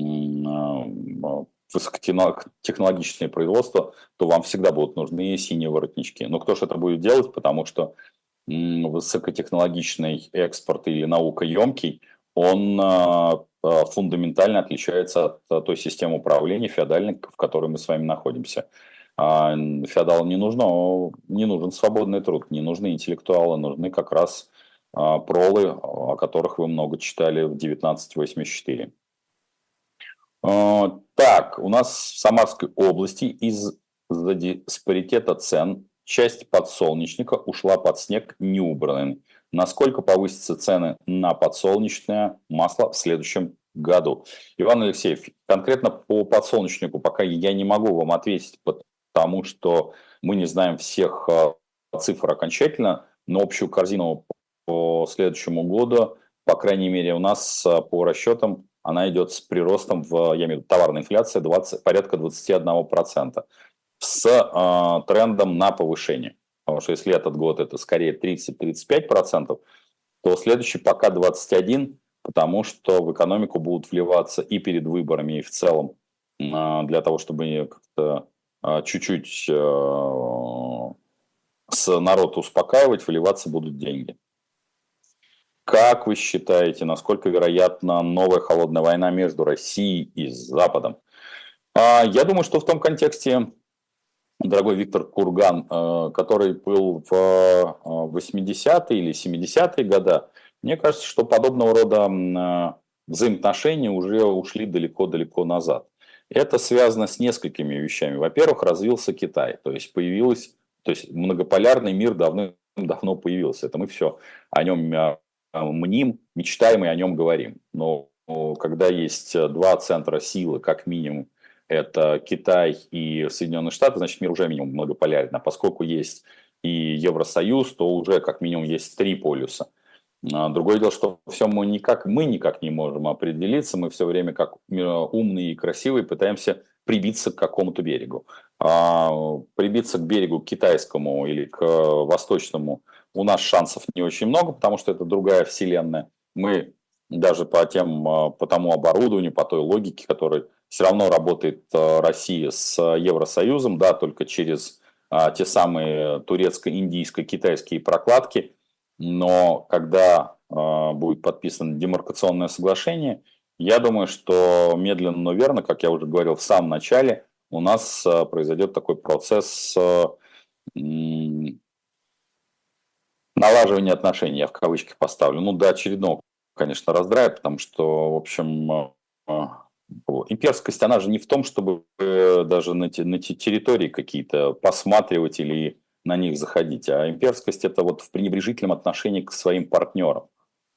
высокотехнологичное производство, то вам всегда будут нужны синие воротнички. Но кто же это будет делать, потому что высокотехнологичный экспорт или наукоемкий, он фундаментально отличается от той системы управления феодальной, в которой мы с вами находимся. Феодалам не нужно, не нужен свободный труд, не нужны интеллектуалы, нужны как раз пролы, о которых вы много читали в девятнадцать восемьдесят четыре. Так, у нас в Самарской области из-за диспаритета цен часть подсолнечника ушла под снег неубранной. Насколько повысятся цены на подсолнечное масло в следующем году? Иван Алексеев, конкретно по подсолнечнику пока я не могу вам ответить, потому что мы не знаем всех цифр окончательно, но общую корзину по следующему году, по крайней мере, у нас по расчетам она идет с приростом в, я имею в виду, товарная инфляция двадцать, порядка двадцать один процент с э, трендом на повышение. Потому что если этот год это скорее тридцать-тридцать пять процентов, то следующий пока двадцать один процент, потому что в экономику будут вливаться и перед выборами, и в целом э, для того, чтобы как-то э, чуть-чуть э, с народ успокаивать, вливаться будут деньги. Как вы считаете, насколько вероятна новая холодная война между Россией и Западом? Я думаю, что в том контексте, дорогой Виктор Курган, который был в восьмидесятые или семидесятые годы, мне кажется, что подобного рода взаимоотношения уже ушли далеко-далеко назад. Это связано с несколькими вещами. Во-первых, развился Китай, то есть появилась, то есть многополярный мир давно-давно появился. Это мы все о нем мним, мечтаем и о нем говорим. Но когда есть два центра силы, как минимум, это Китай и Соединенные Штаты, значит, мир уже минимум многополярен. А поскольку есть и Евросоюз, то уже как минимум есть три полюса. Другое дело, что все мы никак, мы никак не можем определиться, мы все время как умные и красивые пытаемся прибиться к какому-то берегу. А прибиться к берегу китайскому или к восточному у нас шансов не очень много, потому что это другая вселенная. Мы даже по, тем, по тому оборудованию, по той логике, которой все равно работает Россия с Евросоюзом, да, только через а, те самые турецко-индийско-китайские прокладки. Но когда э, будет подписано демаркационное соглашение, я думаю, что медленно, но верно, как я уже говорил в самом начале, у нас э, произойдет такой процесс э, налаживания отношений, я в кавычки поставлю, ну, до очередного, конечно, раздрая, потому что, в общем, э, имперскость, она же не в том, чтобы э, даже на, те, на те территории какие-то посматривать или на них заходить. А имперскость – это вот в пренебрежительном отношении к своим партнерам.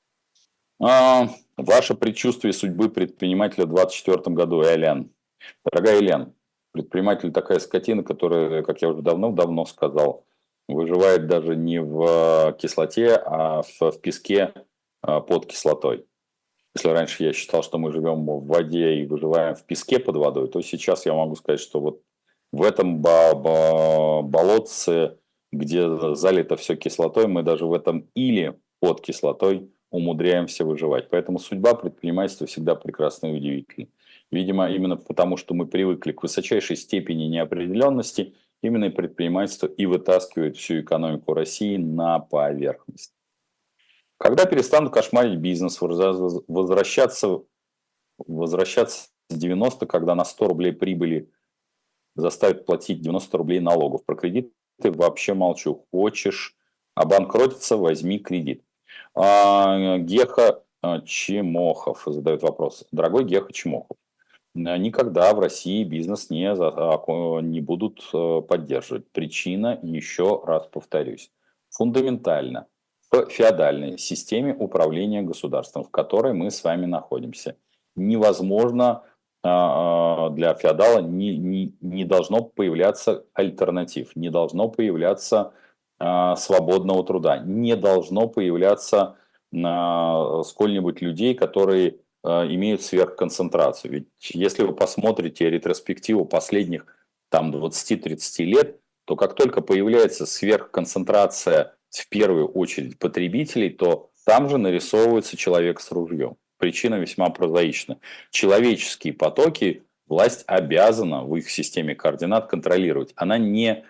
А, ваше предчувствие судьбы предпринимателя в двадцать четвёртом году, Элен. Дорогая Элен, предприниматель такая скотина, которая, как я уже давно-давно сказал, выживает даже не в кислоте, а в, в песке под кислотой. Если раньше я считал, что мы живем в воде и выживаем в песке под водой, то сейчас я могу сказать, что вот в этом болотце, где залито все кислотой, мы даже в этом или под кислотой умудряемся выживать. Поэтому судьба предпринимательства всегда прекрасна и удивительна. Видимо, именно потому, что мы привыкли к высочайшей степени неопределенности, именно и предпринимательство и вытаскивает всю экономику России на поверхность. Когда перестанут кошмарить бизнес, возвращаться, возвращаться с девяноста, когда на сто рублей прибыли заставят платить девяносто рублей налогов. Про кредиты вообще молчу. Хочешь обанкротиться, возьми кредит. А, Геха Чемохов задает вопрос. Дорогой Геха Чемохов, никогда в России бизнес не, не будут поддерживать. Причина, еще раз повторюсь, фундаментально в феодальной системе управления государством, в которой мы с вами находимся. Невозможно для феодала не, не, не должно появляться альтернатив, не должно появляться а, свободного труда, не должно появляться а, сколь-нибудь людей, которые а, имеют сверхконцентрацию. Ведь если вы посмотрите ретроспективу последних там, двадцати-тридцати лет, то как только появляется сверхконцентрация в первую очередь потребителей, то там же нарисовывается человек с ружьем. Причина весьма прозаична. Человеческие потоки власть обязана в их системе координат контролировать. Она не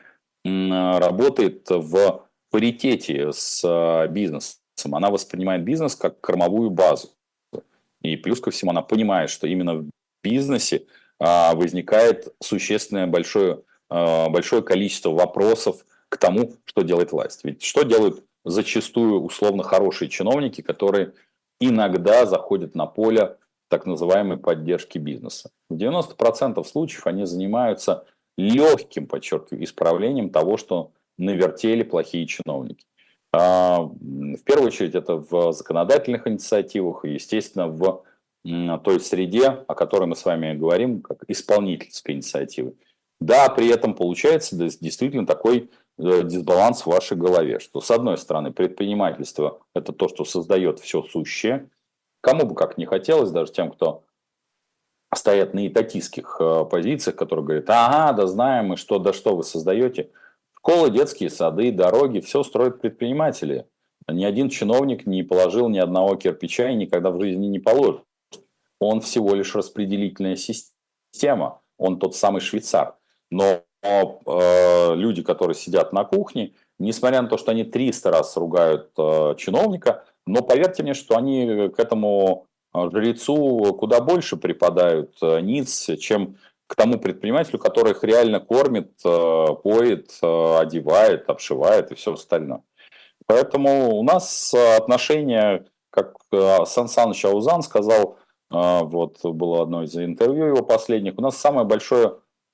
работает в паритете с бизнесом. Она воспринимает бизнес как кормовую базу. И плюс ко всему она понимает, что именно в бизнесе возникает существенное большое, большое количество вопросов к тому, что делает власть. Ведь что делают зачастую условно хорошие чиновники, которые иногда заходят на поле так называемой поддержки бизнеса. В девяноста процентах случаев они занимаются легким, подчеркиваю, исправлением того, что навертели плохие чиновники. В первую очередь это в законодательных инициативах и, естественно, в той среде, о которой мы с вами говорим, как исполнительской инициативы. Да, при этом получается действительно такой дисбаланс в вашей голове, что с одной стороны предпринимательство – это то, что создает все сущее, кому бы как не хотелось, даже тем, кто стоят на этатистских позициях, которые говорят, ага, да знаем мы, что, да что вы создаете. Школы, детские сады, дороги, все строят предприниматели. Ни один чиновник не положил ни одного кирпича и никогда в жизни не положит. Он всего лишь распределительная система, он тот самый швейцар. Но э, люди, которые сидят на кухне, несмотря на то, что они триста раз ругают э, чиновника, но поверьте мне, что они к этому жрецу куда больше припадают э, ниц, чем к тому предпринимателю, который их реально кормит, э, поет, э, одевает, обшивает и все остальное. Поэтому у нас отношения, как э, Сан Саныч Аузан сказал, э, вот было одно из интервью его последних, у нас самое большое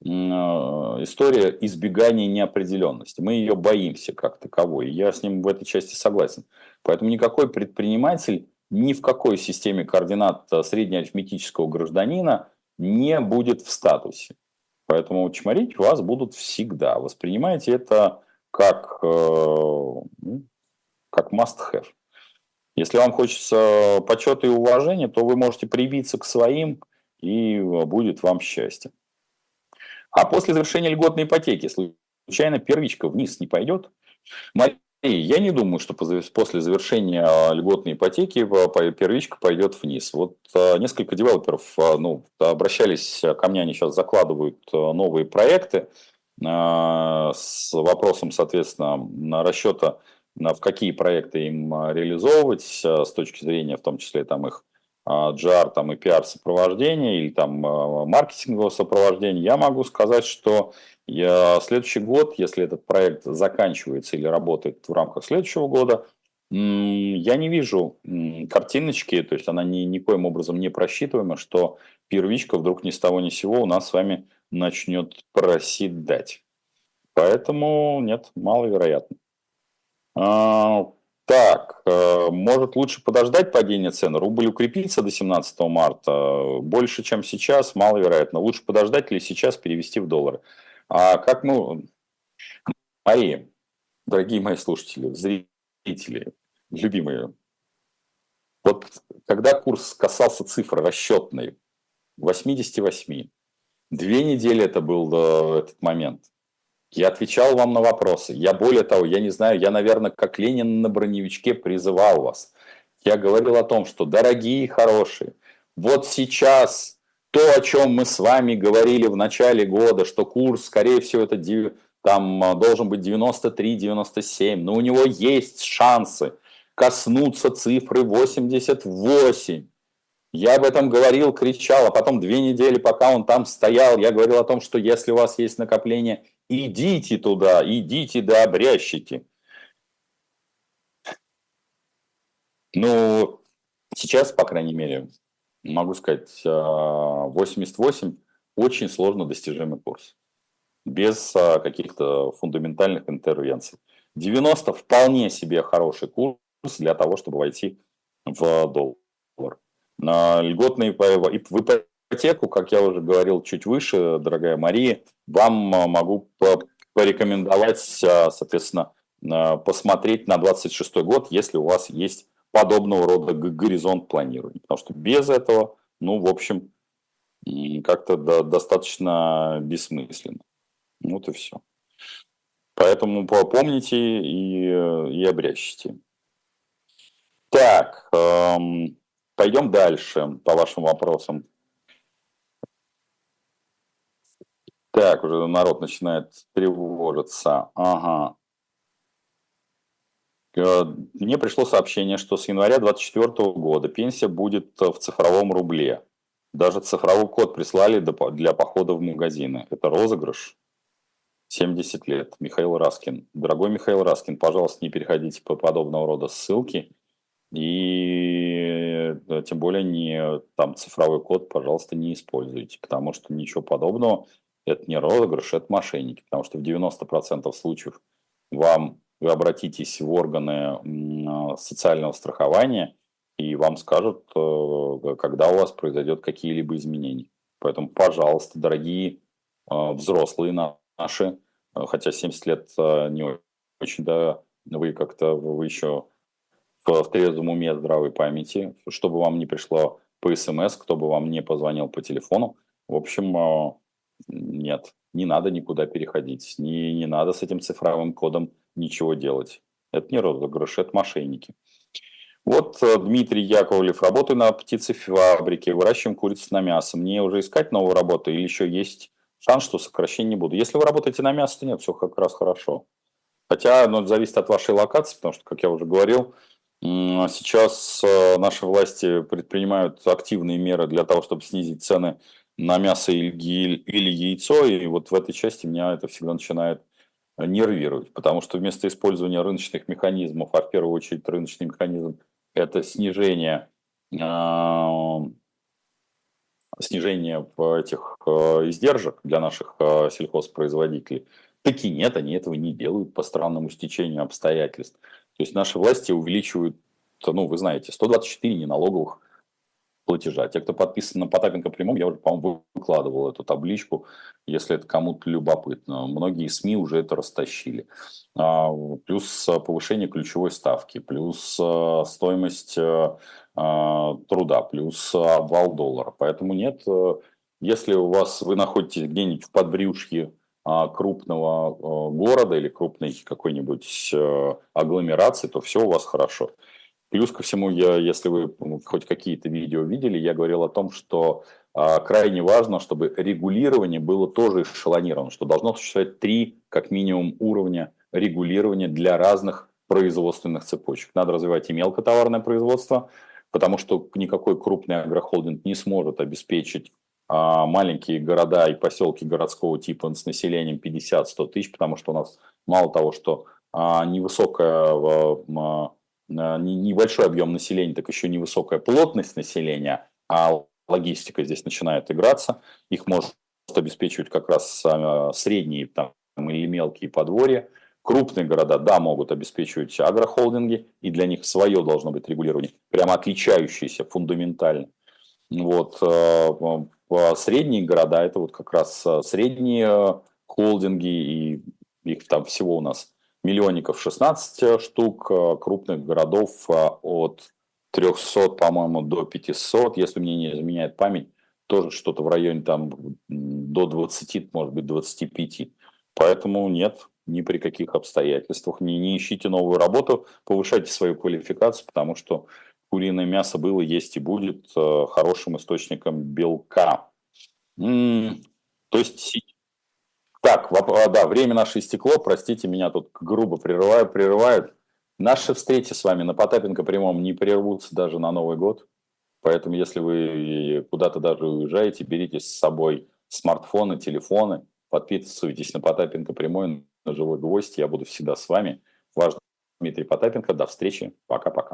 история избегания неопределенности. Мы ее боимся как таковой. Я с ним в этой части согласен. Поэтому никакой предприниматель ни в какой системе координат среднеарифметического гражданина не будет в статусе. Поэтому чморить вас будут всегда. Воспринимайте это как, э, ну, как must-have. Если вам хочется почета и уважения, то вы можете прибиться к своим, и будет вам счастье. А после завершения льготной ипотеки случайно первичка вниз не пойдет? Мария, я не думаю, что после завершения льготной ипотеки первичка пойдет вниз. Вот несколько девелоперов, ну, обращались ко мне, они сейчас закладывают новые проекты с вопросом, соответственно, расчета, в какие проекты им реализовывать с точки зрения, в том числе, там, их джи ар там, и пи ар сопровождения или там маркетингового сопровождения. Я могу сказать, что я, следующий год, если этот проект заканчивается или работает в рамках следующего года, я не вижу картиночки, то есть она ни, никоим образом не просчитываема, что первичка вдруг ни с того ни с сего у нас с вами начнет проседать. Поэтому нет, маловероятно. А, так, может лучше подождать падение цен? Рубль укрепится до семнадцатого марта? Больше, чем сейчас, маловероятно. Лучше подождать или сейчас перевести в доллары? А как мы... Мария, дорогие мои слушатели, зрители, любимые, вот когда курс касался цифры расчетной восемьдесят восемь, две недели это был этот момент. Я отвечал вам на вопросы. Я более того, я не знаю, я, наверное, как Ленин на броневичке призывал вас. Я говорил о том, что, дорогие и хорошие, вот сейчас то, о чем мы с вами говорили в начале года, что курс, скорее всего, это там должен быть девяносто три девяносто семь, но у него есть шансы коснуться цифры восемьдесят восемь. Я об этом говорил, кричал, а потом две недели, пока он там стоял, я говорил о том, что если у вас есть накопление, идите туда, идите да обрящите. Ну, сейчас, по крайней мере, могу сказать, восемьдесят восемь очень сложно достижимый курс. Без каких-то фундаментальных интервенций. девяносто вполне себе хороший курс для того, чтобы войти в доллар. На льготные в ипотеку, как я уже говорил чуть выше, дорогая Мария, вам могу порекомендовать, соответственно, посмотреть на двадцать шестой год, если у вас есть подобного рода горизонт планирования. Потому что без этого, ну, в общем, как-то достаточно бессмысленно. Вот и все. Поэтому помните и, и обрящите. Так, эм, пойдем дальше по вашим вопросам. Так, уже народ начинает тревожиться. Ага. Мне пришло сообщение, что с января двадцать четвёртого года пенсия будет в цифровом рубле. Даже цифровой код прислали для похода в магазины. Это розыгрыш. семьдесят лет. Михаил Раскин. Дорогой Михаил Раскин, пожалуйста, не переходите по подобного рода ссылки. И тем более не там цифровой код, пожалуйста, не используйте. Потому что ничего подобного. Это не розыгрыш, это мошенники. Потому что в девяноста процентах случаев вам, вы обратитесь в органы социального страхования, и вам скажут, когда у вас произойдет какие-либо изменения. Поэтому, пожалуйста, дорогие взрослые наши, хотя семьдесят лет не очень, да, вы как-то, вы еще в, в трезвом уме, здравой памяти, чтобы вам не пришло по СМС, кто бы вам не позвонил по телефону. В общем, нет, не надо никуда переходить, не, не надо с этим цифровым кодом ничего делать. Это не розыгрыш, это мошенники. Вот Дмитрий Яковлев, работаю на птицефабрике, выращиваем курицу на мясо. Мне уже искать новую работу или еще есть шанс, что сокращения не буду? Если вы работаете на мясо, то нет, все как раз хорошо. Хотя, ну, это зависит от вашей локации, потому что, как я уже говорил, сейчас наши власти предпринимают активные меры для того, чтобы снизить цены на мясо или яйцо, и вот в этой части меня это всегда начинает нервировать, потому что вместо использования рыночных механизмов, а в первую очередь рыночный механизм – это снижение, снижение этих издержек для наших сельхозпроизводителей, таки нет, они этого не делают по странному стечению обстоятельств. То есть наши власти увеличивают, ну, вы знаете, сто двадцать четыре неналоговых платежа. Те, кто подписан на Потапенко прямом, я уже, по-моему, выкладывал эту табличку, если это кому-то любопытно. Многие СМИ уже это растащили. А, Плюс а, повышение ключевой ставки, плюс а, стоимость а, а, труда, плюс а, обвал доллара. Поэтому нет, э, если у вас вы находитесь где-нибудь в подбрюшье а, крупного а, города или крупной какой-нибудь а, агломерации, то все у вас хорошо. Плюс ко всему, я, если вы ну, хоть какие-то видео видели, я говорил о том, что а, крайне важно, чтобы регулирование было тоже эшелонировано, что должно существовать три, как минимум, уровня регулирования для разных производственных цепочек. Надо развивать и мелкотоварное производство, потому что никакой крупный агрохолдинг не сможет обеспечить а, маленькие города и поселки городского типа с населением пятьдесят-сто тысяч, потому что у нас мало того, что а, невысокая а, небольшой объем населения, так еще невысокая плотность населения, а логистика здесь начинает играться. Их может обеспечивать как раз средние там, или мелкие подворья. Крупные города, да, могут обеспечивать агрохолдинги, и для них свое должно быть регулирование, прямо отличающееся фундаментально. Вот. Средние города, это вот как раз средние холдинги, и их там всего у нас миллионников шестнадцать штук, крупных городов от трехсот, по-моему, до пятисот, если мне не изменяет память, тоже что-то в районе там до двадцати, может быть, двадцати пяти. Поэтому нет, ни при каких обстоятельствах. Не, не ищите новую работу, повышайте свою квалификацию, потому что куриное мясо было, есть и будет э, хорошим источником белка. М, То есть, так, воп- а, да, время наше истекло, простите, меня тут грубо прерывают, прерывают. Наши встречи с вами на Потапенко прямом не прервутся даже на Новый год, поэтому если вы куда-то даже уезжаете, берите с собой смартфоны, телефоны, подписывайтесь на Потапенко прямой, на живой гвоздь, я буду всегда с вами. Ваш Дмитрий Потапенко, до встречи, пока-пока.